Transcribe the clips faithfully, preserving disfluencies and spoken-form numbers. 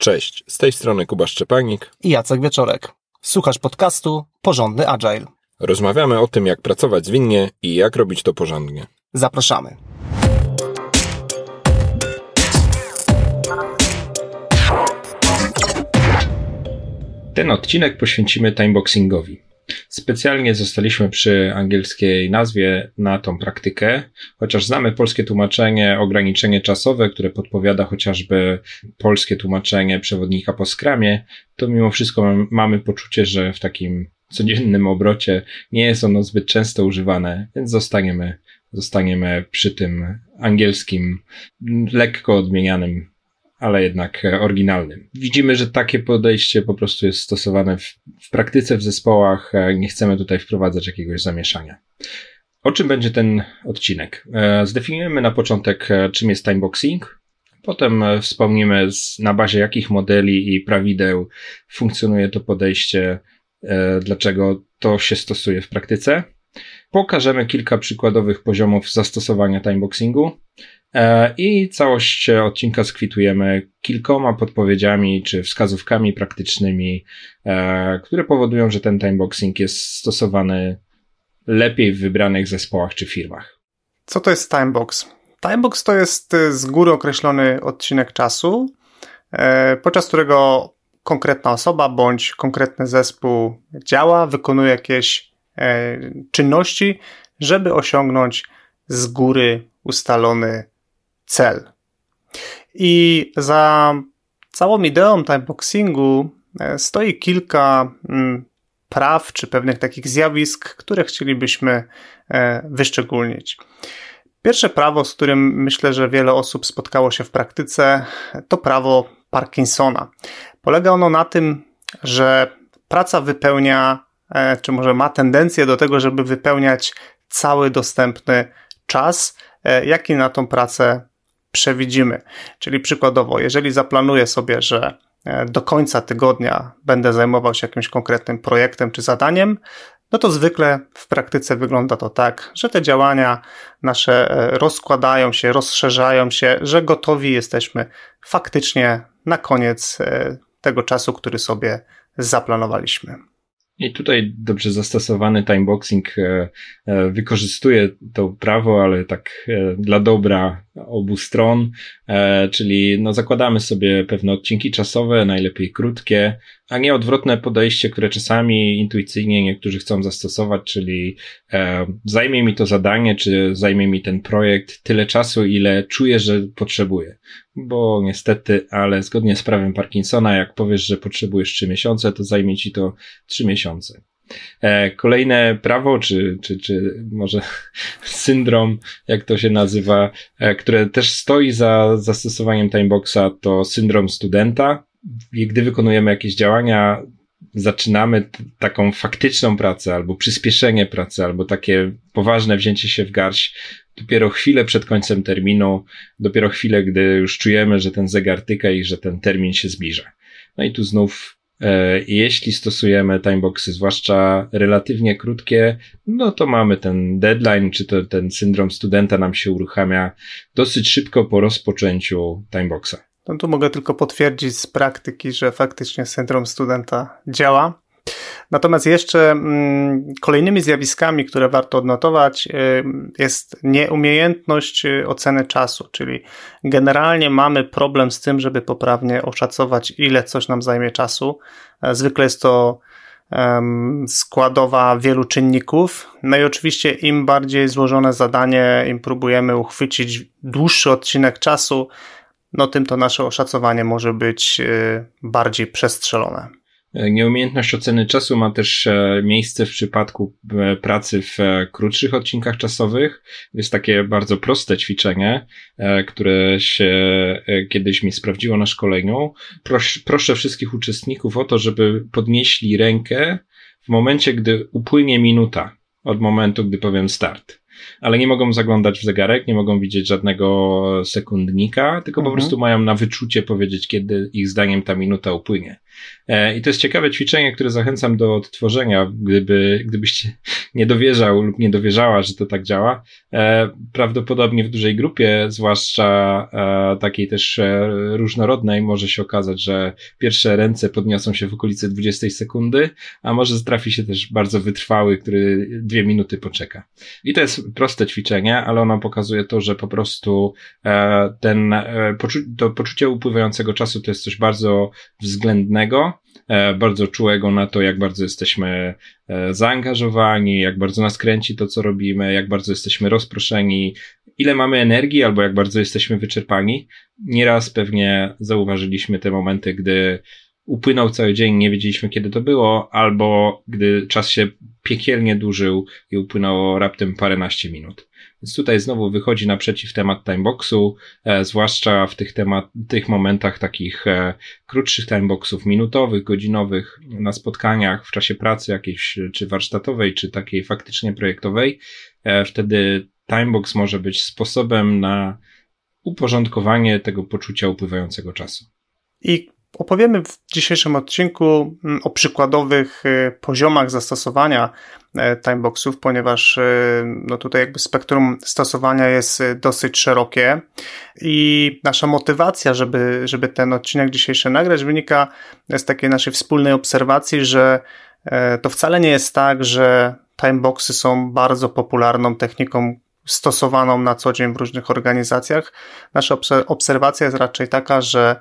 Cześć, z tej strony Kuba Szczepanik i Jacek Wieczorek. Słuchasz podcastu Porządny Agile. Rozmawiamy o tym, jak pracować zwinnie i jak robić to porządnie. Zapraszamy. Ten odcinek poświęcimy timeboxingowi. Specjalnie zostaliśmy przy angielskiej nazwie na tą praktykę, chociaż znamy polskie tłumaczenie ograniczenie czasowe, które podpowiada chociażby polskie tłumaczenie przewodnika po Scrumie, to mimo wszystko mamy poczucie, że w takim codziennym obrocie nie jest ono zbyt często używane, więc zostaniemy, zostaniemy przy tym angielskim, lekko odmienianym, ale jednak oryginalnym. Widzimy, że takie podejście po prostu jest stosowane w, w praktyce w zespołach. Nie chcemy tutaj wprowadzać jakiegoś zamieszania. O czym będzie ten odcinek? Zdefiniujemy na początek, czym jest timeboxing. Potem wspomnimy, z, na bazie jakich modeli i prawideł funkcjonuje to podejście, dlaczego to się stosuje w praktyce. Pokażemy kilka przykładowych poziomów zastosowania timeboxingu. I całość odcinka skwitujemy kilkoma podpowiedziami czy wskazówkami praktycznymi, które powodują, że ten timeboxing jest stosowany lepiej w wybranych zespołach czy firmach. Co to jest timebox? Timebox to jest z góry określony odcinek czasu, podczas którego konkretna osoba bądź konkretny zespół działa, wykonuje jakieś czynności, żeby osiągnąć z góry ustalony cel. I za całą ideą timeboxingu stoi kilka praw czy pewnych takich zjawisk, które chcielibyśmy wyszczególnić. Pierwsze prawo, z którym myślę, że wiele osób spotkało się w praktyce, to prawo Parkinsona. Polega ono na tym, że praca wypełnia, czy może ma tendencję do tego, żeby wypełniać cały dostępny czas, jaki na tą pracę przewidzimy. Czyli przykładowo, jeżeli zaplanuję sobie, że do końca tygodnia będę zajmował się jakimś konkretnym projektem czy zadaniem, no to zwykle w praktyce wygląda to tak, że te działania nasze rozkładają się, rozszerzają się, że gotowi jesteśmy faktycznie na koniec tego czasu, który sobie zaplanowaliśmy. I tutaj dobrze zastosowany timeboxing wykorzystuje to prawo, ale tak dla dobra obu stron, czyli no zakładamy sobie pewne odcinki czasowe, najlepiej krótkie, a nie odwrotne podejście, które czasami intuicyjnie niektórzy chcą zastosować, czyli zajmie mi to zadanie, czy zajmie mi ten projekt tyle czasu, ile czuję, że potrzebuję. Bo niestety, ale zgodnie z prawem Parkinsona, jak powiesz, że potrzebujesz trzy miesiące, to zajmie ci to trzy miesiące. Kolejne prawo, czy, czy, czy może syndrom, jak to się nazywa, które też stoi za zastosowaniem timeboxa, to syndrom studenta. I gdy wykonujemy jakieś działania, zaczynamy t- taką faktyczną pracę, albo przyspieszenie pracy, albo takie poważne wzięcie się w garść dopiero chwilę przed końcem terminu, dopiero chwilę, gdy już czujemy, że ten zegar tyka i że ten termin się zbliża. No i tu znów e, jeśli stosujemy timeboxy, zwłaszcza relatywnie krótkie, no to mamy ten deadline, czy to ten syndrom studenta nam się uruchamia dosyć szybko po rozpoczęciu timeboxa. No tu mogę tylko potwierdzić z praktyki, że faktycznie syndrom studenta działa. Natomiast jeszcze mm, kolejnymi zjawiskami, które warto odnotować, y, jest nieumiejętność oceny czasu, czyli generalnie mamy problem z tym, żeby poprawnie oszacować, ile coś nam zajmie czasu. Zwykle jest to um, składowa wielu czynników. No i oczywiście im bardziej złożone zadanie, im próbujemy uchwycić dłuższy odcinek czasu, no tym to nasze oszacowanie może być y, bardziej przestrzelone. Nieumiejętność oceny czasu ma też miejsce w przypadku pracy w krótszych odcinkach czasowych. Jest takie bardzo proste ćwiczenie, które się kiedyś mi sprawdziło na szkoleniu. Proś, proszę wszystkich uczestników o to, żeby podnieśli rękę w momencie, gdy upłynie minuta od momentu, gdy powiem start. Ale nie mogą zaglądać w zegarek, nie mogą widzieć żadnego sekundnika, tylko mhm. po prostu mają na wyczucie powiedzieć, kiedy ich zdaniem ta minuta upłynie. I to jest ciekawe ćwiczenie, które zachęcam do odtworzenia, gdyby, gdybyś nie dowierzał lub nie dowierzała, że to tak działa. Prawdopodobnie w dużej grupie, zwłaszcza takiej też różnorodnej, może się okazać, że pierwsze ręce podniosą się w okolicy dwudziestej sekundy, a może trafi się też bardzo wytrwały, który dwie minuty poczeka. I to jest proste ćwiczenie, ale ono pokazuje to, że po prostu ten, to poczucie upływającego czasu to jest coś bardzo względnego, bardzo czułego na to, jak bardzo jesteśmy zaangażowani, jak bardzo nas kręci to, co robimy, jak bardzo jesteśmy rozproszeni, ile mamy energii albo jak bardzo jesteśmy wyczerpani. Nieraz pewnie zauważyliśmy te momenty, gdy upłynął cały dzień, nie wiedzieliśmy, kiedy to było, albo gdy czas się piekielnie dłużył i upłynęło raptem paręnaście minut. Więc tutaj znowu wychodzi naprzeciw temat timeboxu, e, zwłaszcza w tych temat, tych momentach takich e, krótszych timeboxów, minutowych, godzinowych, na spotkaniach, w czasie pracy jakiejś, czy warsztatowej, czy takiej faktycznie projektowej. E, wtedy timebox może być sposobem na uporządkowanie tego poczucia upływającego czasu. I opowiemy w dzisiejszym odcinku o przykładowych poziomach zastosowania timeboxów, ponieważ no tutaj jakby spektrum stosowania jest dosyć szerokie i nasza motywacja, żeby, żeby ten odcinek dzisiejszy nagrać, wynika z takiej naszej wspólnej obserwacji, że to wcale nie jest tak, że timeboxy są bardzo popularną techniką stosowaną na co dzień w różnych organizacjach. Nasza obserwacja jest raczej taka, że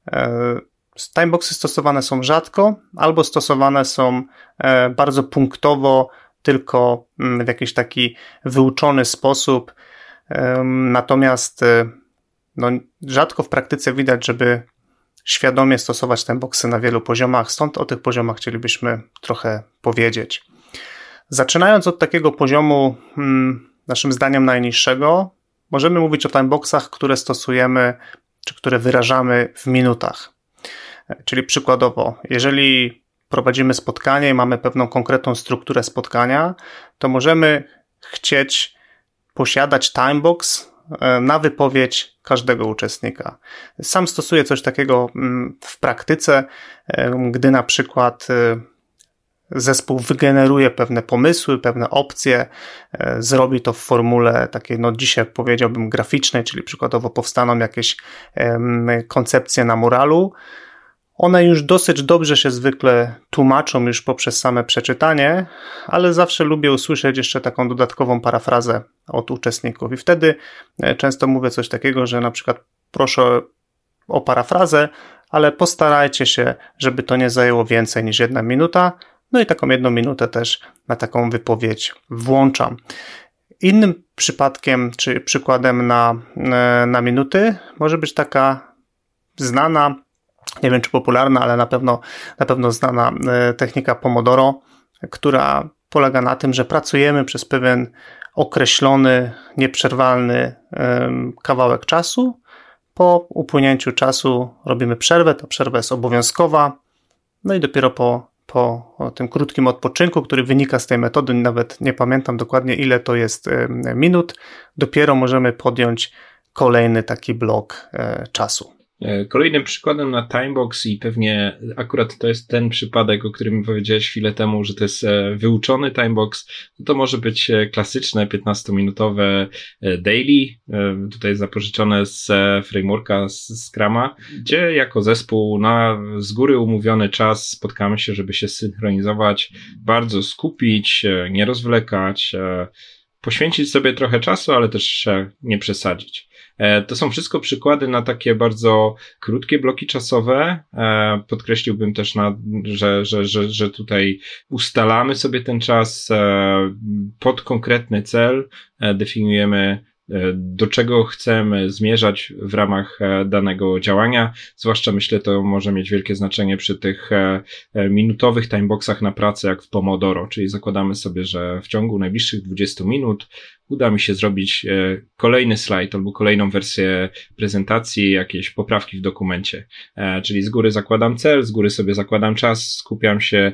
timeboxy stosowane są rzadko albo stosowane są bardzo punktowo, tylko w jakiś taki wyuczony sposób. Natomiast no, rzadko w praktyce widać, żeby świadomie stosować timeboxy na wielu poziomach, stąd o tych poziomach chcielibyśmy trochę powiedzieć. Zaczynając od takiego poziomu, naszym zdaniem najniższego, możemy mówić o timeboxach, które stosujemy, czy które wyrażamy w minutach. Czyli przykładowo, jeżeli prowadzimy spotkanie i mamy pewną konkretną strukturę spotkania, to możemy chcieć posiadać timebox na wypowiedź każdego uczestnika. Sam stosuję coś takiego w praktyce, gdy na przykład zespół wygeneruje pewne pomysły, pewne opcje, zrobi to w formule takiej, no dzisiaj powiedziałbym graficznej, czyli przykładowo powstaną jakieś koncepcje na muralu. One już dosyć dobrze się zwykle tłumaczą już poprzez same przeczytanie, ale zawsze lubię usłyszeć jeszcze taką dodatkową parafrazę od uczestników i wtedy często mówię coś takiego, że na przykład proszę o parafrazę, ale postarajcie się, żeby to nie zajęło więcej niż jedna minuta, no i taką jedną minutę też na taką wypowiedź włączam. Innym przypadkiem, czy przykładem na, na minuty może być taka znana, nie wiem czy popularna, ale na pewno, na pewno znana technika Pomodoro, która polega na tym, że pracujemy przez pewien określony, nieprzerwalny kawałek czasu. Po upłynięciu czasu robimy przerwę, ta przerwa jest obowiązkowa, no i dopiero po, po tym krótkim odpoczynku, który wynika z tej metody, nawet nie pamiętam dokładnie ile to jest minut, dopiero możemy podjąć kolejny taki blok czasu. Kolejnym przykładem na timebox i pewnie akurat to jest ten przypadek, o którym powiedziałeś chwilę temu, że to jest wyuczony timebox, to może być klasyczne piętnastominutowe daily, tutaj zapożyczone z frameworka z Scruma, gdzie jako zespół na z góry umówiony czas spotkamy się, żeby się synchronizować, bardzo skupić, nie rozwlekać, poświęcić sobie trochę czasu, ale też nie przesadzić. To są wszystko przykłady na takie bardzo krótkie bloki czasowe. Podkreśliłbym też, na, że, że, że, że tutaj ustalamy sobie ten czas pod konkretny cel, definiujemy, do czego chcemy zmierzać w ramach danego działania. Zwłaszcza myślę, to może mieć wielkie znaczenie przy tych minutowych timeboxach na pracę, jak w Pomodoro, czyli zakładamy sobie, że w ciągu najbliższych dwudziestu minut uda mi się zrobić kolejny slajd albo kolejną wersję prezentacji, jakieś poprawki w dokumencie. Czyli z góry zakładam cel, z góry sobie zakładam czas, skupiam się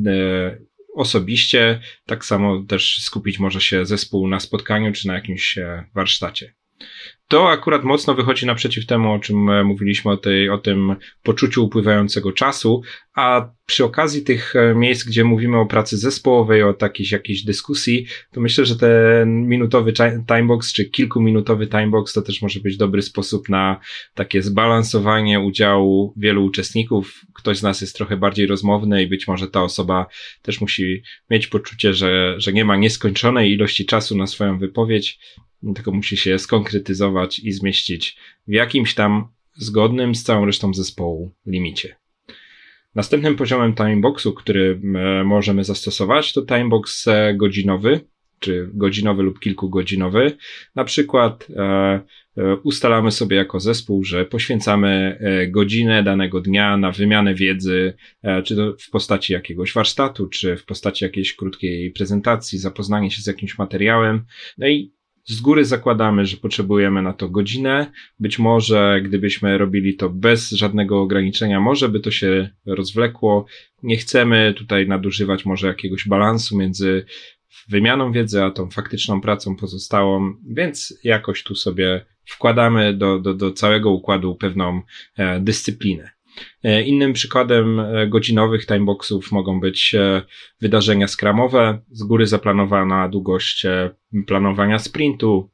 osobiście, tak samo też skupić może się zespół na spotkaniu czy na jakimś warsztacie. to akurat mocno wychodzi naprzeciw temu, o czym mówiliśmy, o, tej, o tym poczuciu upływającego czasu, a przy okazji tych miejsc, gdzie mówimy o pracy zespołowej, o takiej jakiejś dyskusji, to myślę, że ten minutowy timebox, czy kilkuminutowy timebox to też może być dobry sposób na takie zbalansowanie udziału wielu uczestników. Ktoś z nas jest trochę bardziej rozmowny i być może ta osoba też musi mieć poczucie, że, że nie ma nieskończonej ilości czasu na swoją wypowiedź, tylko musi się skonkretyzować i zmieścić w jakimś tam zgodnym z całą resztą zespołu limicie. Następnym poziomem timeboxu, który możemy zastosować, to timebox godzinowy, czy godzinowy lub kilkugodzinowy. Na przykład e, ustalamy sobie jako zespół, że poświęcamy godzinę danego dnia na wymianę wiedzy, e, czy to w postaci jakiegoś warsztatu, czy w postaci jakiejś krótkiej prezentacji, zapoznanie się z jakimś materiałem. No i z góry zakładamy, że potrzebujemy na to godzinę. Być może gdybyśmy robili to bez żadnego ograniczenia, może by to się rozwlekło. Nie chcemy tutaj nadużywać może jakiegoś balansu między wymianą wiedzy, a tą faktyczną pracą pozostałą, więc jakoś tu sobie wkładamy do, do, do całego układu pewną e, dyscyplinę. E, innym przykładem e, godzinowych timeboxów mogą być e, wydarzenia scrumowe, z góry zaplanowana długość e, planowania sprintu,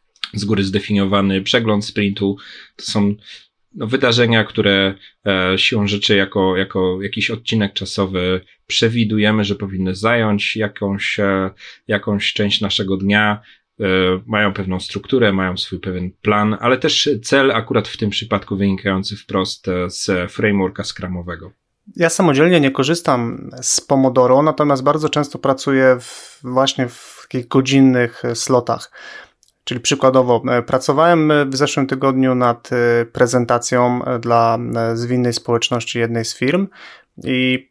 z góry zdefiniowany przegląd sprintu. To są no, wydarzenia, które e, siłą rzeczy jako, jako jakiś odcinek czasowy przewidujemy, że powinny zająć jakąś, e, jakąś część naszego dnia, e, mają pewną strukturę, mają swój pewien plan, ale też cel akurat w tym przypadku wynikający wprost z frameworka scrumowego. Ja samodzielnie nie korzystam z Pomodoro, natomiast bardzo często pracuję w, właśnie w takich godzinnych slotach. Czyli przykładowo pracowałem w zeszłym tygodniu nad prezentacją dla zwinnej społeczności jednej z firm i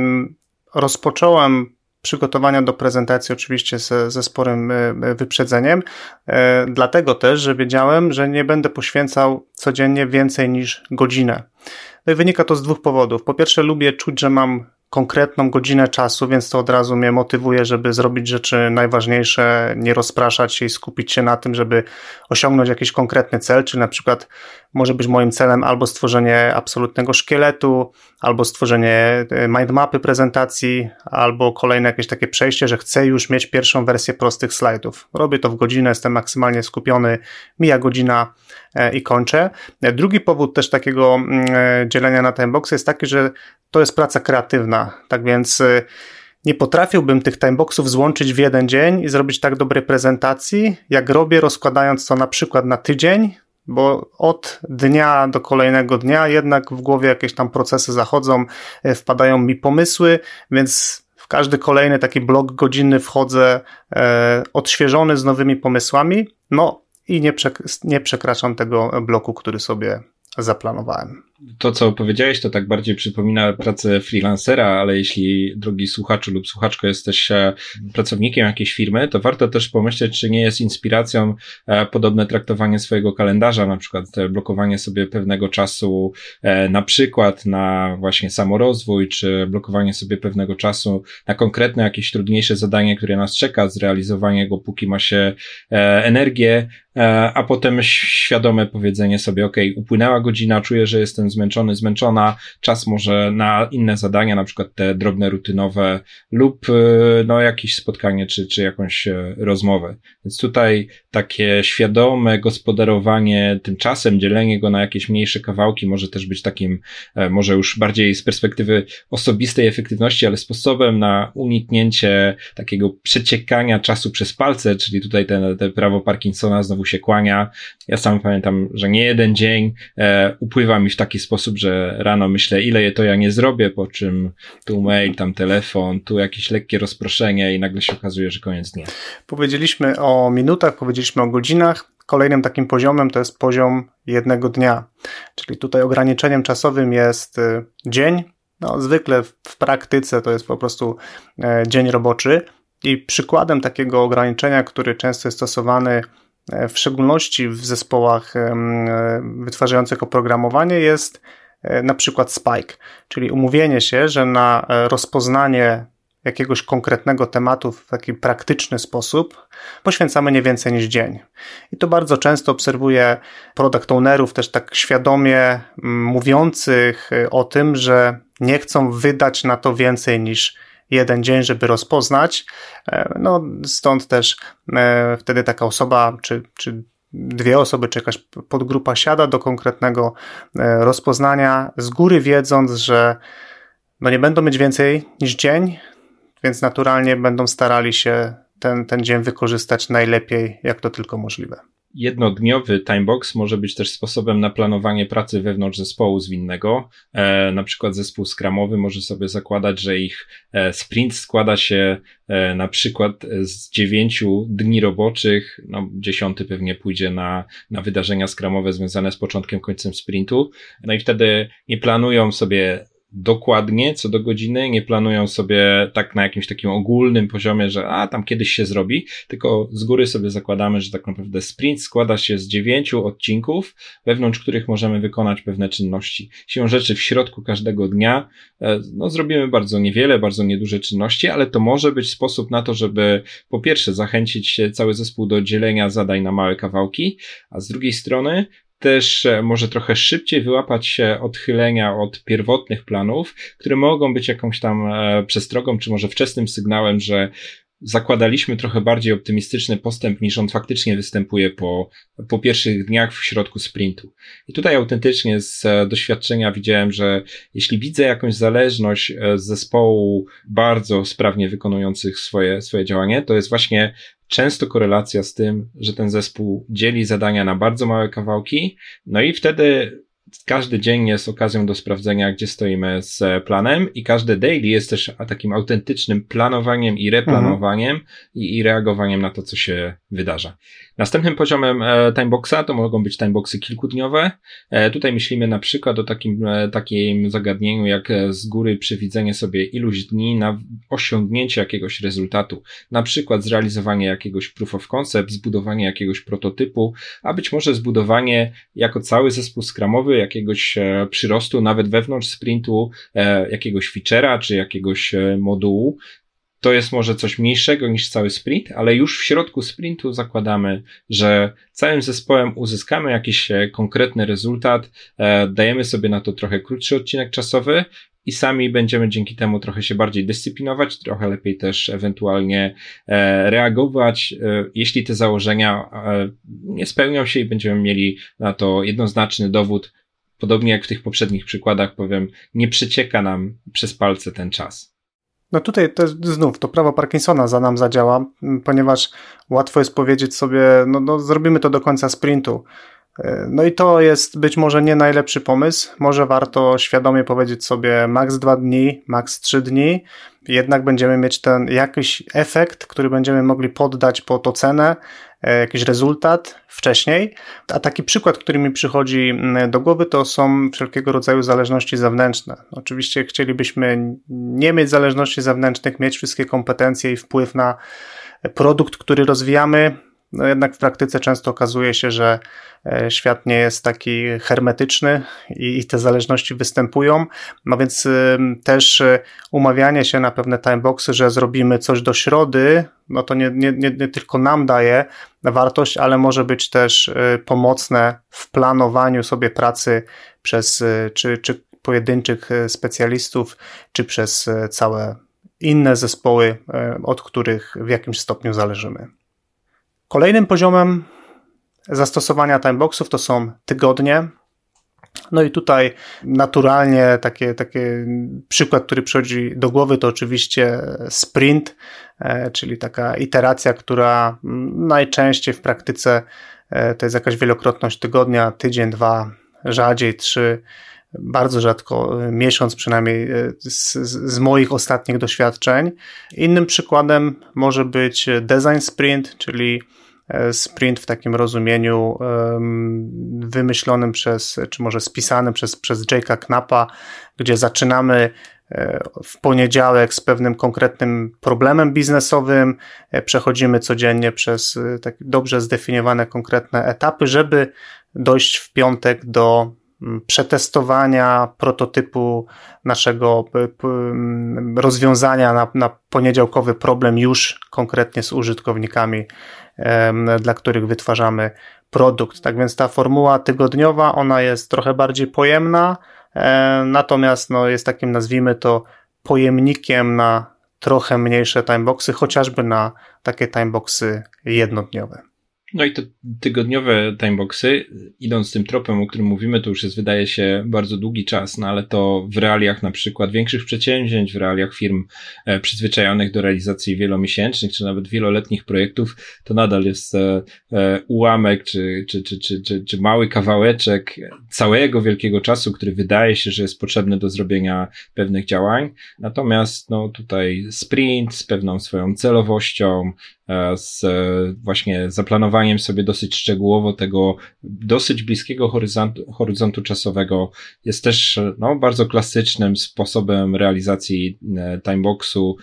rozpocząłem przygotowania do prezentacji oczywiście ze, ze sporym wyprzedzeniem, dlatego też, że wiedziałem, że nie będę poświęcał codziennie więcej niż godzinę. No i wynika to z dwóch powodów. Po pierwsze, lubię czuć, że mam konkretną godzinę czasu, więc to od razu mnie motywuje, żeby zrobić rzeczy najważniejsze, nie rozpraszać się i skupić się na tym, żeby osiągnąć jakiś konkretny cel, czyli na przykład może być moim celem albo stworzenie absolutnego szkieletu, albo stworzenie mindmapy prezentacji, albo kolejne jakieś takie przejście, że chcę już mieć pierwszą wersję prostych slajdów. Robię to w godzinę, jestem maksymalnie skupiony, mija godzina i kończę. Drugi powód też takiego dzielenia na timeboxy jest taki, że to jest praca kreatywna, tak więc nie potrafiłbym tych timeboxów złączyć w jeden dzień i zrobić tak dobrej prezentacji, jak robię, rozkładając to na przykład na tydzień, bo od dnia do kolejnego dnia jednak w głowie jakieś tam procesy zachodzą, wpadają mi pomysły, więc w każdy kolejny taki blok godzinny wchodzę e, odświeżony z nowymi pomysłami, no i nie, przek- nie przekraczam tego bloku, który sobie zaplanowałem. To, co powiedziałeś, to tak bardziej przypomina pracę freelancera, ale jeśli, drogi słuchaczu lub słuchaczko, jesteś pracownikiem jakiejś firmy, to warto też pomyśleć, czy nie jest inspiracją podobne traktowanie swojego kalendarza, na przykład blokowanie sobie pewnego czasu na przykład na właśnie samorozwój, czy blokowanie sobie pewnego czasu na konkretne jakieś trudniejsze zadanie, które nas czeka, zrealizowanie go, póki ma się energię, a potem świadome powiedzenie sobie, ok, upłynęła godzina, czuję, że jestem zmęczony, zmęczona, czas może na inne zadania, na przykład te drobne, rutynowe lub no jakieś spotkanie, czy, czy jakąś rozmowę. Więc tutaj takie świadome gospodarowanie tym czasem, dzielenie go na jakieś mniejsze kawałki może też być takim, może już bardziej z perspektywy osobistej efektywności, ale sposobem na uniknięcie takiego przeciekania czasu przez palce, czyli tutaj te, te prawo Parkinsona znowu się kłania. Ja sam pamiętam, że nie jeden dzień e, upływa mi w taki sposób, że rano myślę, ile to ja nie zrobię, po czym tu mail, tam telefon, tu jakieś lekkie rozproszenie i nagle się okazuje, że koniec dnia. Powiedzieliśmy o minutach, powiedzieliśmy o godzinach. Kolejnym takim poziomem to jest poziom jednego dnia, czyli tutaj ograniczeniem czasowym jest dzień. No, zwykle w praktyce to jest po prostu dzień roboczy i przykładem takiego ograniczenia, który często jest stosowany w szczególności w zespołach wytwarzających oprogramowanie jest na przykład Spike, czyli umówienie się, że na rozpoznanie jakiegoś konkretnego tematu w taki praktyczny sposób poświęcamy nie więcej niż dzień. I to bardzo często obserwuję product ownerów też tak świadomie mówiących o tym, że nie chcą wydać na to więcej niż jeden dzień, żeby rozpoznać. No stąd też e, wtedy taka osoba, czy, czy dwie osoby, czy jakaś podgrupa siada do konkretnego e, rozpoznania, z góry wiedząc, że no nie będą mieć więcej niż dzień, więc naturalnie będą starali się ten, ten dzień wykorzystać najlepiej, jak to tylko możliwe. Jednodniowy timebox może być też sposobem na planowanie pracy wewnątrz zespołu zwinnego. E, na przykład zespół scrumowy może sobie zakładać, że ich e, sprint składa się e, na przykład z dziewięciu dni roboczych, no dziesiąty pewnie pójdzie na, na wydarzenia scrumowe związane z początkiem, końcem sprintu. No i wtedy nie planują sobie dokładnie co do godziny, nie planują sobie tak na jakimś takim ogólnym poziomie, że a tam kiedyś się zrobi, tylko z góry sobie zakładamy, że tak naprawdę sprint składa się z dziewięciu odcinków, wewnątrz których możemy wykonać pewne czynności. Siłą rzeczy w środku każdego dnia no zrobimy bardzo niewiele, bardzo nieduże czynności, ale to może być sposób na to, żeby po pierwsze zachęcić cały zespół do dzielenia zadań na małe kawałki, a z drugiej strony też może trochę szybciej wyłapać się odchylenia od pierwotnych planów, które mogą być jakąś tam przestrogą, czy może wczesnym sygnałem, że zakładaliśmy trochę bardziej optymistyczny postęp, niż on faktycznie występuje po, po pierwszych dniach w środku sprintu. I tutaj autentycznie z doświadczenia widziałem, że jeśli widzę jakąś zależność z zespołu bardzo sprawnie wykonujących swoje, swoje działanie, to jest właśnie często korelacja z tym, że ten zespół dzieli zadania na bardzo małe kawałki, no i wtedy każdy dzień jest okazją do sprawdzenia, gdzie stoimy z planem i każde daily jest też takim autentycznym planowaniem i replanowaniem mhm. i, i reagowaniem na to, co się wydarza. Następnym poziomem e, timeboxa to mogą być timeboxy kilkudniowe. E, tutaj myślimy na przykład o takim, e, takim zagadnieniu jak z góry przewidzenie sobie iluś dni na osiągnięcie jakiegoś rezultatu. Na przykład zrealizowanie jakiegoś proof of concept, zbudowanie jakiegoś prototypu, a być może zbudowanie jako cały zespół scrumowy jakiegoś e, przyrostu nawet wewnątrz sprintu, e, jakiegoś feature'a czy jakiegoś e, modułu. To jest może coś mniejszego niż cały sprint, ale już w środku sprintu zakładamy, że całym zespołem uzyskamy jakiś konkretny rezultat, e, dajemy sobie na to trochę krótszy odcinek czasowy i sami będziemy dzięki temu trochę się bardziej dyscyplinować, trochę lepiej też ewentualnie e, reagować, e, jeśli te założenia e, nie spełnią się i będziemy mieli na to jednoznaczny dowód. Podobnie jak w tych poprzednich przykładach, powiem, nie przecieka nam przez palce ten czas. No tutaj to znów to prawo Parkinsona za nam zadziała, ponieważ łatwo jest powiedzieć sobie, no, no zrobimy to do końca sprintu. No i to jest być może nie najlepszy pomysł. Może warto świadomie powiedzieć sobie maks dwa dni, maks trzy dni. Jednak będziemy mieć ten jakiś efekt, który będziemy mogli poddać pod ocenę, jakiś rezultat wcześniej. A taki przykład, który mi przychodzi do głowy, to są wszelkiego rodzaju zależności zewnętrzne. Oczywiście chcielibyśmy nie mieć zależności zewnętrznych, mieć wszystkie kompetencje i wpływ na produkt, który rozwijamy. No jednak w praktyce często okazuje się, że świat nie jest taki hermetyczny i te zależności występują. No więc też umawianie się na pewne timeboxy, że zrobimy coś do środy, no to nie, nie, nie, nie tylko nam daje wartość, ale może być też pomocne w planowaniu sobie pracy przez czy, czy pojedynczych specjalistów, czy przez całe inne zespoły, od których w jakimś stopniu zależymy. Kolejnym poziomem zastosowania timeboxów to są tygodnie. No i tutaj naturalnie taki takie przykład, który przychodzi do głowy, to oczywiście sprint, czyli taka iteracja, która najczęściej w praktyce to jest jakaś wielokrotność tygodnia, tydzień, dwa, rzadziej trzy, bardzo rzadko miesiąc, przynajmniej z, z moich ostatnich doświadczeń. Innym przykładem może być design sprint, czyli sprint w takim rozumieniu um, wymyślonym przez, czy może spisanym przez, przez Jake'a Knappa, gdzie zaczynamy w poniedziałek z pewnym konkretnym problemem biznesowym, przechodzimy codziennie przez takie dobrze zdefiniowane konkretne etapy, żeby dojść w piątek do przetestowania prototypu naszego rozwiązania na, na poniedziałkowy problem już konkretnie z użytkownikami, dla których wytwarzamy produkt. Tak więc ta formuła tygodniowa, ona jest trochę bardziej pojemna, natomiast no, jest takim, nazwijmy to, pojemnikiem na trochę mniejsze timeboxy, chociażby na takie timeboxy jednodniowe. No i te tygodniowe timeboxy, idąc tym tropem, o którym mówimy, to już jest, wydaje się, bardzo długi czas, no ale to w realiach na przykład większych przedsięwzięć, w realiach firm e, przyzwyczajonych do realizacji wielomiesięcznych, czy nawet wieloletnich projektów, to nadal jest e, e, ułamek, czy, czy, czy, czy, czy, czy mały kawałeczek całego wielkiego czasu, który wydaje się, że jest potrzebny do zrobienia pewnych działań. Natomiast no tutaj sprint z pewną swoją celowością, z właśnie zaplanowaniem sobie dosyć szczegółowo tego dosyć bliskiego horyzontu, horyzontu czasowego jest też no, bardzo klasycznym sposobem realizacji timeboxu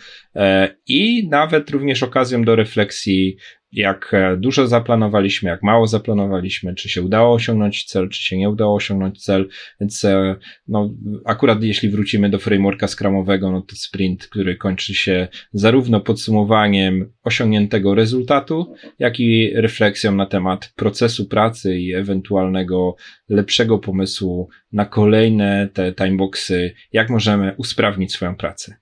i nawet również okazją do refleksji, jak dużo zaplanowaliśmy, jak mało zaplanowaliśmy, czy się udało osiągnąć cel, czy się nie udało osiągnąć cel, więc no, akurat jeśli wrócimy do frameworka scrumowego, no to sprint, który kończy się zarówno podsumowaniem osiągniętego rezultatu, jak i refleksją na temat procesu pracy i ewentualnego lepszego pomysłu na kolejne te timeboxy, jak możemy usprawnić swoją pracę.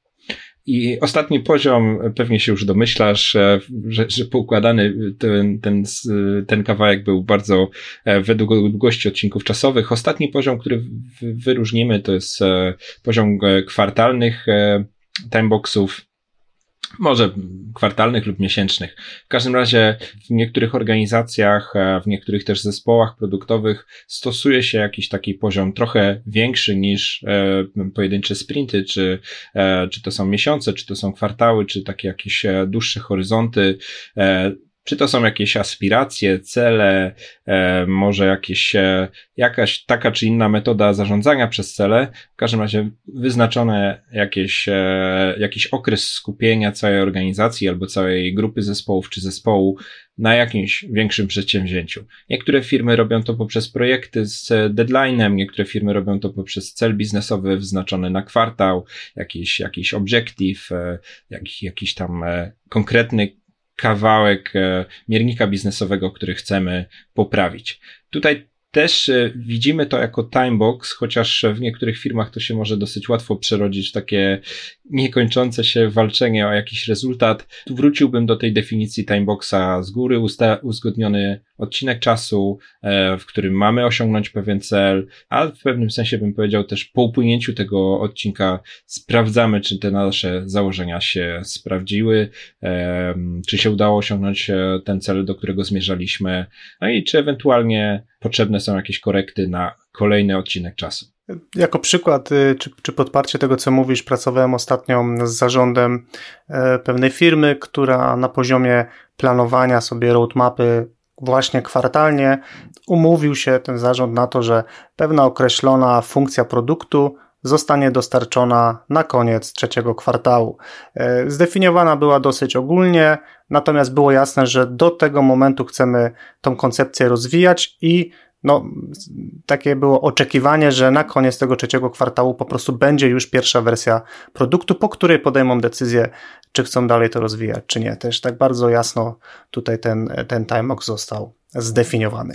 I ostatni poziom, pewnie się już domyślasz, że, że poukładany ten, ten, ten kawałek był bardzo według długości odcinków czasowych. Ostatni poziom, który wyróżnimy, to jest poziom kwartalnych timeboxów. Może kwartalnych lub miesięcznych. W każdym razie w niektórych organizacjach, w niektórych też zespołach produktowych stosuje się jakiś taki poziom trochę większy niż e, pojedyncze sprinty, czy, e, czy to są miesiące, czy to są kwartały, czy takie jakieś dłuższe horyzonty. E, Czy to są jakieś aspiracje, cele, e, może jakieś, e, jakaś taka czy inna metoda zarządzania przez cele, w każdym razie wyznaczone jakieś, e, jakiś okres skupienia całej organizacji albo całej grupy zespołów czy zespołu na jakimś większym przedsięwzięciu. Niektóre firmy robią to poprzez projekty z deadline'em, niektóre firmy robią to poprzez cel biznesowy wyznaczony na kwartał, jakiś, jakiś objective, e, jakiś, jakiś tam e, konkretny kawałek miernika biznesowego, który chcemy poprawić. Tutaj też widzimy to jako timebox, chociaż w niektórych firmach to się może dosyć łatwo przerodzić w takie niekończące się walczenie o jakiś rezultat. Tu wróciłbym do tej definicji timeboxa z góry, usta- uzgodniony odcinek czasu, w którym mamy osiągnąć pewien cel, a w pewnym sensie bym powiedział też po upłynięciu tego odcinka sprawdzamy, czy te nasze założenia się sprawdziły, czy się udało osiągnąć ten cel, do którego zmierzaliśmy, no i czy ewentualnie potrzebne są jakieś korekty na kolejny odcinek czasu. Jako przykład, czy, czy podparcie tego, co mówisz, pracowałem ostatnio z zarządem pewnej firmy, która na poziomie planowania sobie roadmapy właśnie kwartalnie umówił się ten zarząd na to, że pewna określona funkcja produktu zostanie dostarczona na koniec trzeciego kwartału. Zdefiniowana była dosyć ogólnie, natomiast było jasne, że do tego momentu chcemy tą koncepcję rozwijać i no, takie było oczekiwanie, że na koniec tego trzeciego kwartału po prostu będzie już pierwsza wersja produktu, po której podejmą decyzję, czy chcą dalej to rozwijać, czy nie. Też tak bardzo jasno tutaj ten, ten timebox został zdefiniowany.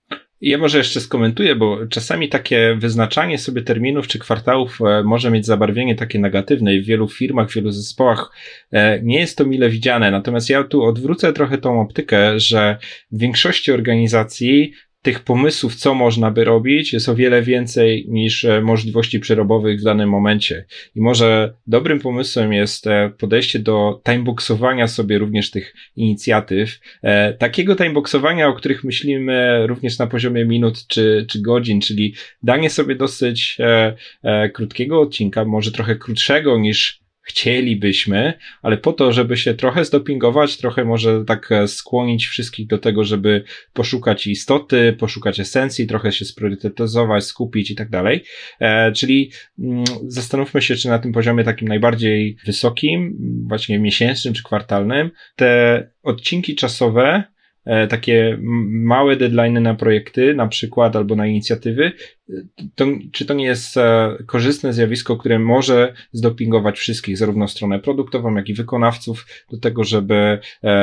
Ja może jeszcze skomentuję, bo czasami takie wyznaczanie sobie terminów czy kwartałów może mieć zabarwienie takie negatywne i w wielu firmach, w wielu zespołach nie jest to mile widziane. Natomiast ja tu odwrócę trochę tą optykę, że w większości organizacji tych pomysłów, co można by robić, jest o wiele więcej niż możliwości przerobowych w danym momencie. I może dobrym pomysłem jest podejście do timeboxowania sobie również tych inicjatyw. Takiego timeboxowania, o których myślimy również na poziomie minut czy, czy godzin, czyli danie sobie dosyć krótkiego odcinka, może trochę krótszego niż chcielibyśmy, ale po to, żeby się trochę zdopingować, trochę może tak skłonić wszystkich do tego, żeby poszukać istoty, poszukać esencji, trochę się spriorytetyzować, skupić i tak dalej. E, czyli mm, zastanówmy się, czy na tym poziomie takim najbardziej wysokim, właśnie miesięcznym czy kwartalnym, te odcinki czasowe takie małe deadline'y na projekty, na przykład, albo na inicjatywy, to, czy to nie jest korzystne zjawisko, które może zdopingować wszystkich, zarówno stronę produktową, jak i wykonawców, do tego, żeby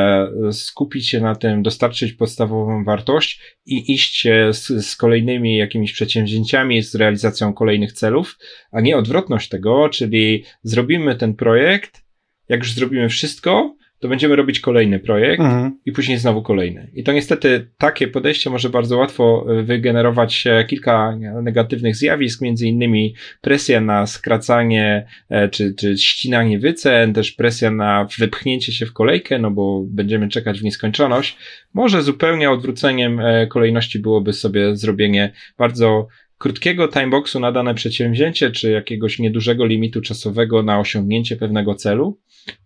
skupić się na tym, dostarczyć podstawową wartość i iść z, z kolejnymi jakimiś przedsięwzięciami, z realizacją kolejnych celów, a nie odwrotność tego, czyli zrobimy ten projekt, jak już zrobimy wszystko, to będziemy robić kolejny projekt mhm. i później znowu kolejny. I to niestety takie podejście może bardzo łatwo wygenerować kilka negatywnych zjawisk, między innymi presja na skracanie czy, czy ścinanie wycen, też presja na wypchnięcie się w kolejkę, no bo będziemy czekać w nieskończoność. Może zupełnie odwróceniem kolejności byłoby sobie zrobienie bardzo krótkiego timeboxu na dane przedsięwzięcie, czy jakiegoś niedużego limitu czasowego na osiągnięcie pewnego celu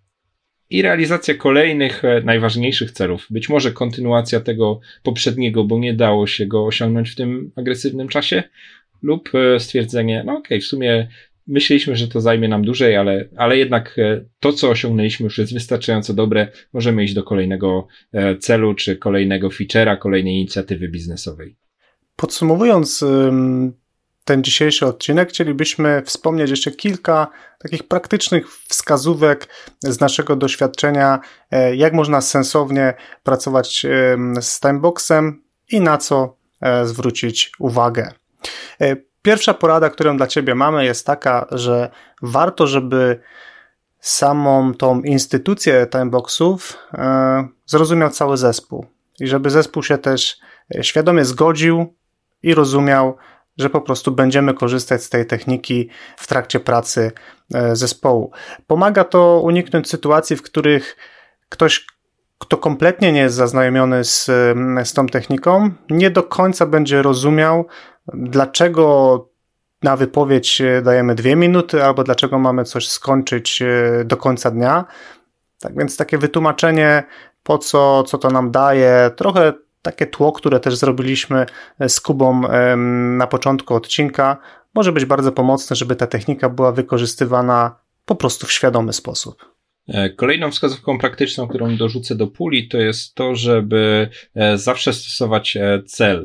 i realizacja kolejnych najważniejszych celów. Być może kontynuacja tego poprzedniego, bo nie dało się go osiągnąć w tym agresywnym czasie, lub stwierdzenie, no okej, okay, w sumie myśleliśmy, że to zajmie nam dłużej, ale, ale jednak to, co osiągnęliśmy, już jest wystarczająco dobre, możemy iść do kolejnego celu, czy kolejnego feature'a, kolejnej inicjatywy biznesowej. Podsumowując ten dzisiejszy odcinek, chcielibyśmy wspomnieć jeszcze kilka takich praktycznych wskazówek z naszego doświadczenia, jak można sensownie pracować z timeboxem i na co zwrócić uwagę. Pierwsza porada, którą dla Ciebie mamy, jest taka, że warto, żeby samą tą instytucję timeboxów zrozumiał cały zespół i żeby zespół się też świadomie zgodził i rozumiał, że po prostu będziemy korzystać z tej techniki w trakcie pracy zespołu. Pomaga to uniknąć sytuacji, w których ktoś, kto kompletnie nie jest zaznajomiony z, z tą techniką, nie do końca będzie rozumiał, dlaczego na wypowiedź dajemy dwie minuty, albo dlaczego mamy coś skończyć do końca dnia. Tak więc takie wytłumaczenie, po co, co to nam daje, trochę takie tło, które też zrobiliśmy z Kubą na początku odcinka, może być bardzo pomocne, żeby ta technika była wykorzystywana po prostu w świadomy sposób. Kolejną wskazówką praktyczną, którą dorzucę do puli, to jest to, żeby zawsze stosować cel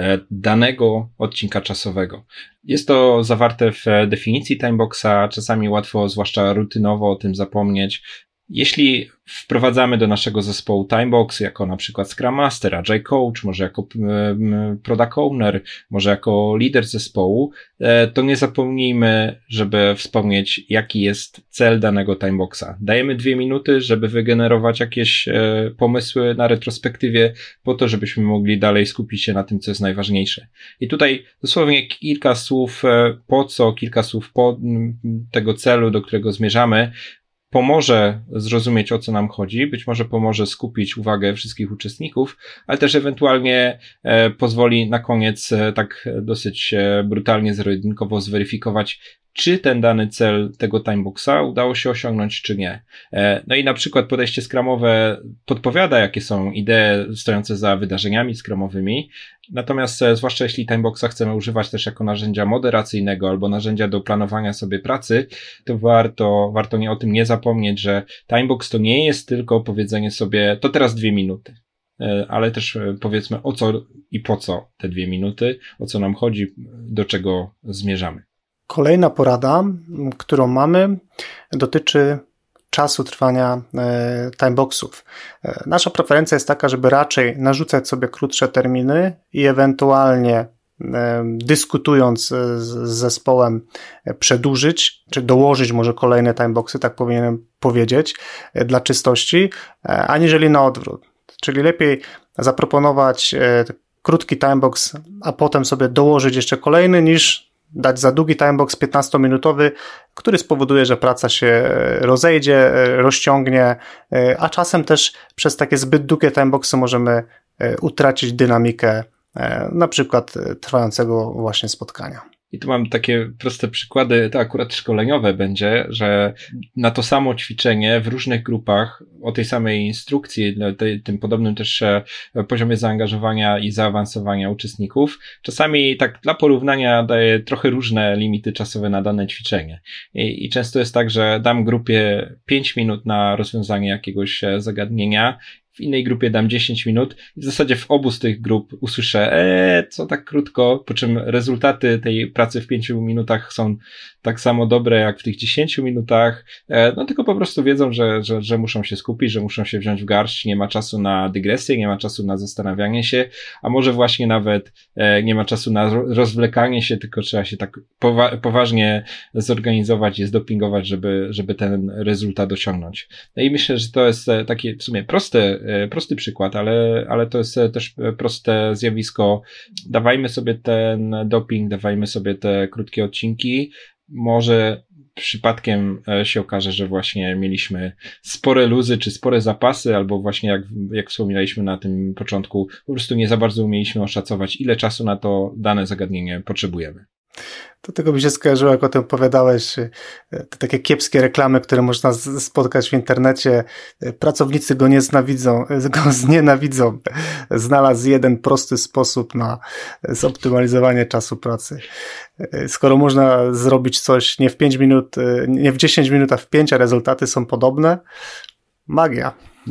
danego odcinka czasowego. Jest to zawarte w definicji timeboxa, czasami łatwo, zwłaszcza rutynowo, o tym zapomnieć. Jeśli wprowadzamy do naszego zespołu timebox jako na przykład Scrum Master, Agile Coach, może jako Product Owner, może jako lider zespołu, to nie zapomnijmy, żeby wspomnieć, jaki jest cel danego timeboxa. Dajemy dwie minuty, żeby wygenerować jakieś pomysły na retrospektywie, po to, żebyśmy mogli dalej skupić się na tym, co jest najważniejsze. I tutaj dosłownie kilka słów po co, kilka słów po tego celu, do którego zmierzamy, pomoże zrozumieć, o co nam chodzi, być może pomoże skupić uwagę wszystkich uczestników, ale też ewentualnie e, pozwoli na koniec e, tak dosyć e, brutalnie, zero-jedynkowo zweryfikować, czy ten dany cel tego timeboxa udało się osiągnąć, czy nie. E, no i na przykład podejście scrumowe podpowiada, jakie są idee stojące za wydarzeniami scrumowymi, natomiast e, zwłaszcza jeśli timeboxa chcemy używać też jako narzędzia moderacyjnego albo narzędzia do planowania sobie pracy, to warto, warto nie o tym nie zapomnieć, że timebox to nie jest tylko powiedzenie sobie, to teraz dwie minuty, e, ale też e, powiedzmy o co i po co te dwie minuty, o co nam chodzi, do czego zmierzamy. Kolejna porada, którą mamy, dotyczy czasu trwania e, timeboxów. E, nasza preferencja jest taka, żeby raczej narzucać sobie krótsze terminy i ewentualnie e, dyskutując z, z zespołem e, przedłużyć, czy dołożyć może kolejne timeboxy, tak powinienem powiedzieć, e, dla czystości, e, aniżeli na odwrót. Czyli lepiej zaproponować e, krótki timebox, a potem sobie dołożyć jeszcze kolejny, niż dać za długi timebox piętnastominutowy, który spowoduje, że praca się rozejdzie, rozciągnie, a czasem też przez takie zbyt długie timeboxy możemy utracić dynamikę na przykład trwającego właśnie spotkania. I tu mam takie proste przykłady, to akurat szkoleniowe będzie, że na to samo ćwiczenie w różnych grupach o tej samej instrukcji, tej, tym podobnym też poziomie zaangażowania i zaawansowania uczestników, czasami tak dla porównania daje trochę różne limity czasowe na dane ćwiczenie. I, i często jest tak, że dam grupie pięć minut na rozwiązanie jakiegoś zagadnienia. w innej grupie dam dziesięć minut i w zasadzie w obu z tych grup usłyszę, eee, co tak krótko, po czym rezultaty tej pracy w pięciu minutach są tak samo dobre jak w tych dziesięciu minutach, e, no tylko po prostu wiedzą, że, że, że muszą się skupić, że muszą się wziąć w garść, nie ma czasu na dygresję, nie ma czasu na zastanawianie się, a może właśnie nawet e, nie ma czasu na rozwlekanie się, tylko trzeba się tak powa- poważnie zorganizować i zdopingować, żeby, żeby ten rezultat osiągnąć. No i myślę, że to jest taki w sumie prosty, prosty przykład, ale, ale to jest też proste zjawisko. Dawajmy sobie ten doping, dawajmy sobie te krótkie odcinki. Może przypadkiem się okaże, że właśnie mieliśmy spore luzy, czy spore zapasy, albo właśnie jak, jak wspominaliśmy na tym początku, po prostu nie za bardzo umieliśmy oszacować, ile czasu na to dane zagadnienie potrzebujemy. To tego mi się skojarzyło, jak o tym opowiadałeś, te takie kiepskie reklamy, które można spotkać w internecie. Pracownicy go nienawidzą, go znienawidzą. Znalazł jeden prosty sposób na zoptymalizowanie czasu pracy. Skoro można zrobić coś nie w pięć minut, nie w dziesięć minut, a w pięć, a rezultaty są podobne, magia.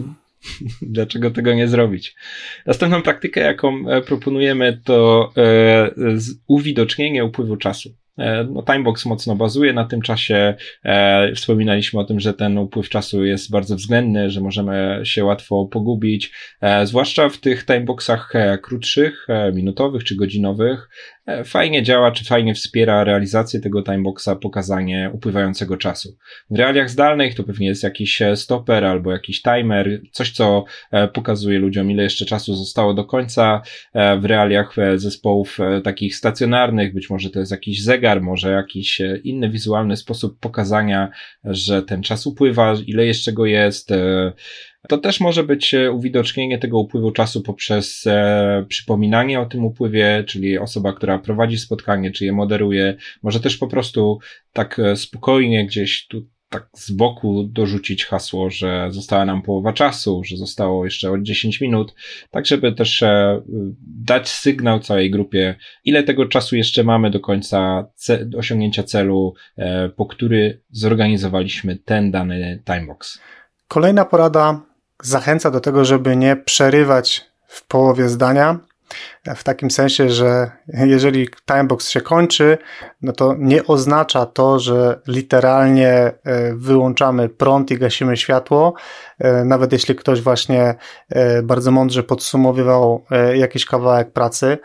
Dlaczego tego nie zrobić? Następną praktykę, jaką proponujemy, to uwidocznienie upływu czasu. No, Timebox mocno bazuje na tym czasie. E, wspominaliśmy o tym, że ten upływ czasu jest bardzo względny, że możemy się łatwo pogubić, e, zwłaszcza w tych timeboxach e, krótszych, e, minutowych czy godzinowych. E, fajnie działa, czy fajnie wspiera realizację tego timeboxa, pokazanie upływającego czasu. W realiach zdalnych to pewnie jest jakiś stoper albo jakiś timer, coś co e, pokazuje ludziom, ile jeszcze czasu zostało do końca. E, w realiach e, zespołów e, takich stacjonarnych, być może to jest jakiś zegar, może jakiś inny wizualny sposób pokazania, że ten czas upływa, ile jeszcze go jest. To też może być uwidocznienie tego upływu czasu poprzez e, przypominanie o tym upływie, czyli osoba, która prowadzi spotkanie, czy je moderuje, może też po prostu tak spokojnie gdzieś tu tak z boku dorzucić hasło, że została nam połowa czasu, że zostało jeszcze od dziesięć minut, tak żeby też e, dać sygnał całej grupie, ile tego czasu jeszcze mamy do końca ce- do osiągnięcia celu, e, po który zorganizowaliśmy ten dany timebox. Kolejna porada zachęca do tego, żeby nie przerywać w połowie zdania, w takim sensie, że jeżeli timebox się kończy, no to nie oznacza to, że literalnie wyłączamy prąd i gasimy światło, nawet jeśli ktoś właśnie bardzo mądrze podsumowywał jakiś kawałek pracy.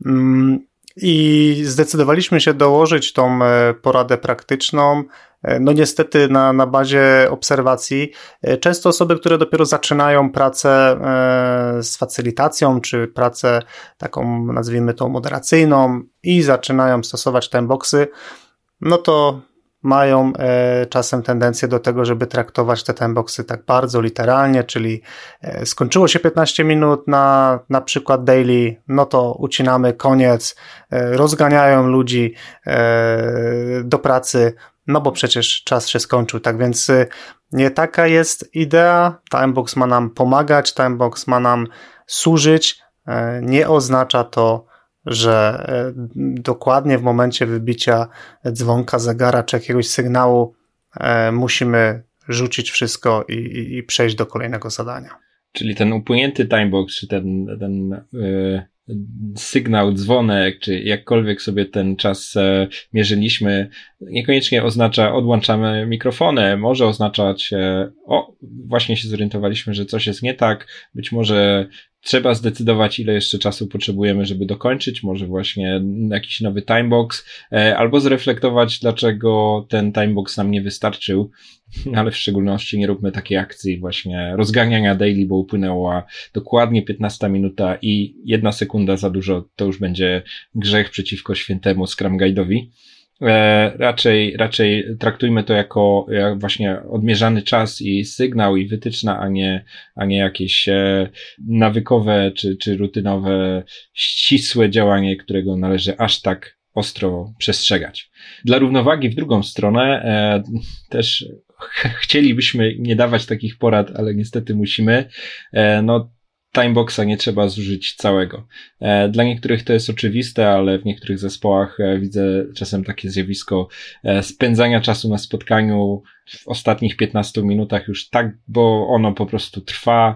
I zdecydowaliśmy się dołożyć tą poradę praktyczną, no niestety na, na bazie obserwacji. Często osoby, które dopiero zaczynają pracę z facylitacją, czy pracę taką, nazwijmy to, moderacyjną i zaczynają stosować timeboxy, no to mają e, czasem tendencję do tego, żeby traktować te timeboxy tak bardzo literalnie, czyli e, skończyło się piętnaście minut na na przykład daily, no to ucinamy, koniec, e, rozganiają ludzi e, do pracy, no bo przecież czas się skończył, tak więc e, nie taka jest idea. Timebox ma nam pomagać, timebox ma nam służyć, e, nie oznacza to, że dokładnie w momencie wybicia dzwonka, zegara czy jakiegoś sygnału e, musimy rzucić wszystko i, i, i przejść do kolejnego zadania. Czyli ten upłynięty timebox, czy ten, ten yy, sygnał, dzwonek, czy jakkolwiek sobie ten czas e, mierzyliśmy, niekoniecznie oznacza odłączamy mikrofony, może oznaczać e, o, właśnie się zorientowaliśmy, że coś jest nie tak, być może trzeba zdecydować, ile jeszcze czasu potrzebujemy, żeby dokończyć, może właśnie jakiś nowy timebox, e, albo zreflektować, dlaczego ten timebox nam nie wystarczył, ale w szczególności nie róbmy takiej akcji właśnie rozganiania daily, bo upłynęła dokładnie piętnasta minuta i jedna sekunda za dużo, to już będzie grzech przeciwko świętemu Scrum Guide'owi. E, raczej, raczej traktujmy to jako jak właśnie odmierzany czas i sygnał i wytyczna, a nie, a nie jakieś e, nawykowe czy, czy rutynowe, ścisłe działanie, którego należy aż tak ostro przestrzegać. Dla równowagi w drugą stronę e, też ch- chcielibyśmy nie dawać takich porad, ale niestety musimy. E, no timeboxa nie trzeba zużyć całego. Dla niektórych to jest oczywiste, ale w niektórych zespołach widzę czasem takie zjawisko spędzania czasu na spotkaniu w ostatnich piętnastu minutach już tak, bo ono po prostu trwa,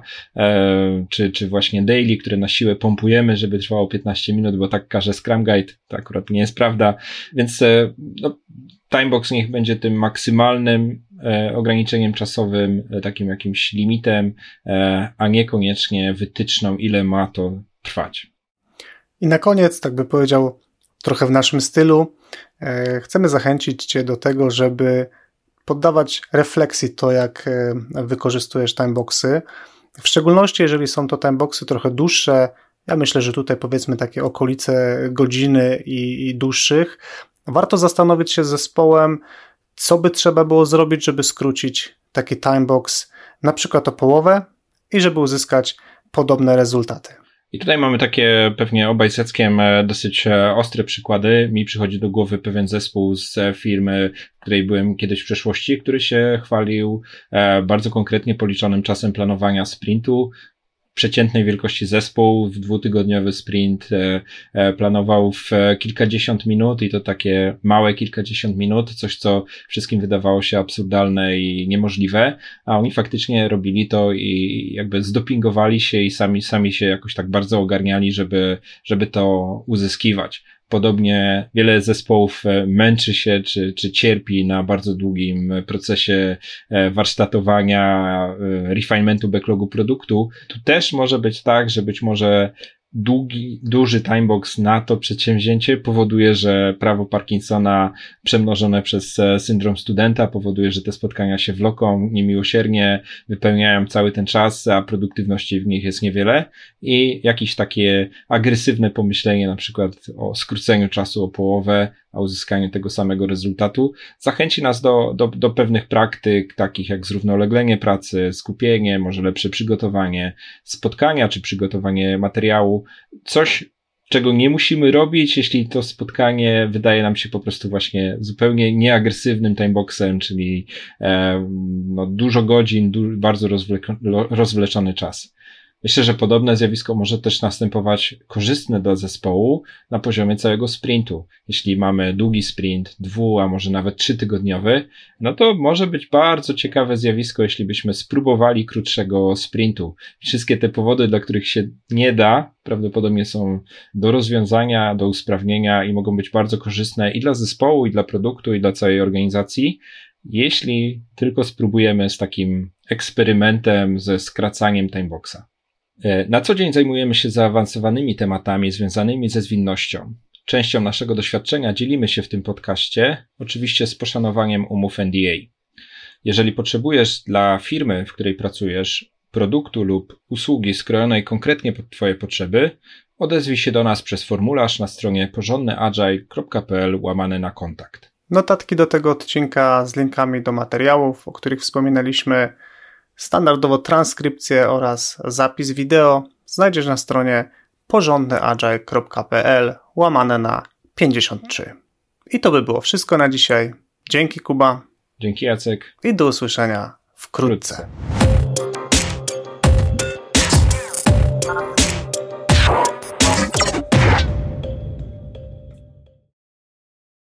czy, czy właśnie daily, które na siłę pompujemy, żeby trwało piętnaście minut, bo tak każe Scrum Guide, to akurat nie jest prawda, więc no, timebox niech będzie tym maksymalnym e, ograniczeniem czasowym, e, takim jakimś limitem, e, a niekoniecznie wytyczną, ile ma to trwać. I na koniec, tak by powiedział, trochę w naszym stylu, e, chcemy zachęcić Cię do tego, żeby poddawać refleksji to, jak e, wykorzystujesz timeboxy. W szczególności, jeżeli są to timeboxy trochę dłuższe, ja myślę, że tutaj powiedzmy takie okolice godziny i, i dłuższych, warto zastanowić się z zespołem, co by trzeba było zrobić, żeby skrócić taki timebox na przykład o połowę i żeby uzyskać podobne rezultaty. I tutaj mamy takie pewnie obaj z Jackiem dosyć ostre przykłady. Mi przychodzi do głowy pewien zespół z firmy, w której byłem kiedyś w przeszłości, który się chwalił bardzo konkretnie policzonym czasem planowania sprintu. Przeciętnej wielkości zespół w dwutygodniowy sprint e, planował w kilkadziesiąt minut i to takie małe kilkadziesiąt minut, coś co wszystkim wydawało się absurdalne i niemożliwe, a oni faktycznie robili to i jakby zdopingowali się i sami, sami się jakoś tak bardzo ogarniali, żeby, żeby to uzyskiwać. Podobnie wiele zespołów męczy się czy, czy cierpi na bardzo długim procesie warsztatowania, refinementu backlogu produktu. Tu też może być tak, że być może długi, duży timebox na to przedsięwzięcie powoduje, że prawo Parkinsona przemnożone przez syndrom studenta powoduje, że te spotkania się wloką niemiłosiernie, wypełniają cały ten czas, a produktywności w nich jest niewiele i jakieś takie agresywne pomyślenie na przykład o skróceniu czasu o połowę, a uzyskaniu tego samego rezultatu zachęci nas do, do, do pewnych praktyk, takich jak zrównoleglenie pracy, skupienie, może lepsze przygotowanie spotkania, czy przygotowanie materiału. Coś, czego nie musimy robić, jeśli to spotkanie wydaje nam się po prostu właśnie zupełnie nieagresywnym timeboxem, czyli e, no, dużo godzin, du- bardzo rozwle- rozwleczony czas. Myślę, że podobne zjawisko może też następować korzystne dla zespołu na poziomie całego sprintu. Jeśli mamy długi sprint, dwu, a może nawet trzytygodniowy, no to może być bardzo ciekawe zjawisko, jeśli byśmy spróbowali krótszego sprintu. Wszystkie te powody, dla których się nie da, prawdopodobnie są do rozwiązania, do usprawnienia i mogą być bardzo korzystne i dla zespołu, i dla produktu, i dla całej organizacji, jeśli tylko spróbujemy z takim eksperymentem, ze skracaniem timeboxa. Na co dzień zajmujemy się zaawansowanymi tematami związanymi ze zwinnością. Częścią naszego doświadczenia dzielimy się w tym podcaście, oczywiście z poszanowaniem umów N D A. Jeżeli potrzebujesz dla firmy, w której pracujesz, produktu lub usługi skrojonej konkretnie pod Twoje potrzeby, odezwij się do nas przez formularz na stronie porządnyagile kropka p l łamane na kontakt. Notatki do tego odcinka z linkami do materiałów, o których wspominaliśmy, standardowo transkrypcję oraz zapis wideo znajdziesz na stronie porządnyagile kropka p l łamane na pięćdziesiąt trzy. I to by było wszystko na dzisiaj. Dzięki Kuba. Dzięki Jacek. I do usłyszenia wkrótce. wkrótce.